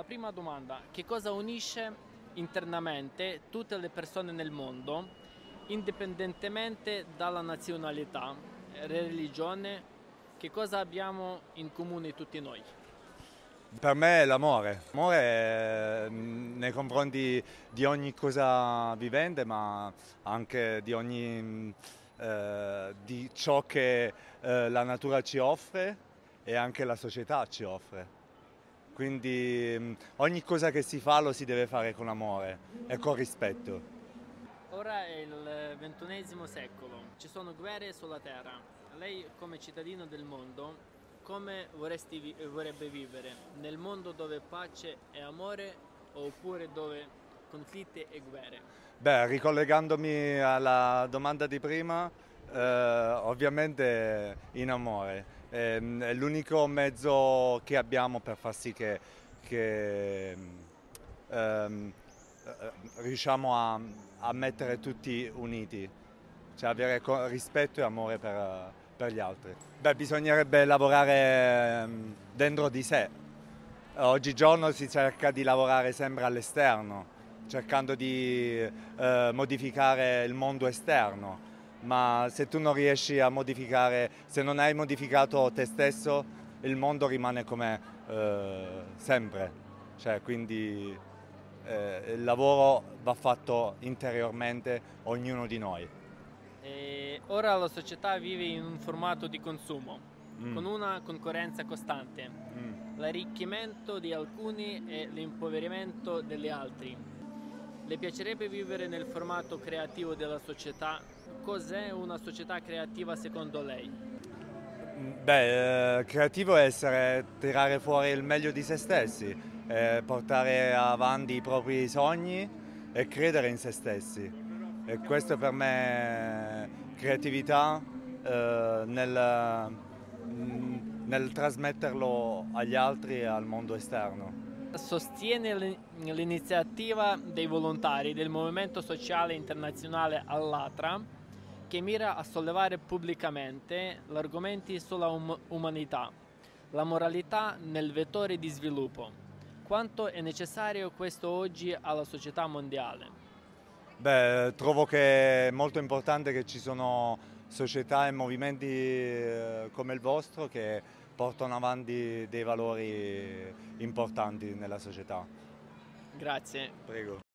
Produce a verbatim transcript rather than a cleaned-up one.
prima domanda, che cosa unisce internamente tutte le persone nel mondo, indipendentemente dalla nazionalità, religione, che cosa abbiamo in comune tutti noi? Per me è l'amore, l'amore eh, nei confronti di ogni cosa vivente, ma anche di ogni eh, di ciò che eh, la natura ci offre e anche la società ci offre. Quindi mh, ogni cosa che si fa lo si deve fare con amore e con rispetto. Ora è il ventunesimo secolo, ci sono guerre sulla Terra. Lei come cittadino del mondo, come vorresti vi- vorrebbe vivere? Nel mondo dove pace e amore oppure dove conflitti e guerre? Beh, ricollegandomi alla domanda di prima, eh, ovviamente in amore. Ehm, È l'unico mezzo che abbiamo per far sì che, che, ehm, eh, riusciamo a, a mettere tutti uniti, cioè avere co- rispetto e amore per, per gli altri. Beh, bisognerebbe lavorare ehm, dentro di sé. Oggigiorno si cerca di lavorare sempre all'esterno, cercando di eh, modificare il mondo esterno, ma se tu non riesci a modificare, se non hai modificato te stesso, il mondo rimane come eh, sempre. Cioè, quindi eh, il lavoro va fatto interiormente ognuno di noi. E ora la società vive in un formato di consumo, Mm, con una concorrenza costante, mm. l'arricchimento di alcuni e l'impoverimento degli altri. Le piacerebbe vivere nel formato creativo della società? Cos'è una società creativa secondo lei? Beh, eh, creativo è essere, tirare fuori il meglio di se stessi, eh, portare avanti i propri sogni e credere in se stessi. E questo per me è creatività eh, nel, mm, nel trasmetterlo agli altri e al mondo esterno. Sostiene l'in- l'iniziativa dei volontari del Movimento Sociale Internazionale Allatra che mira a sollevare pubblicamente gli argomenti sulla um- umanità, la moralità nel vettore di sviluppo. Quanto è necessario questo oggi alla società mondiale? Beh, trovo che è molto importante che ci sono società e movimenti eh, come il vostro che portano avanti dei valori importanti nella società. Grazie. Prego.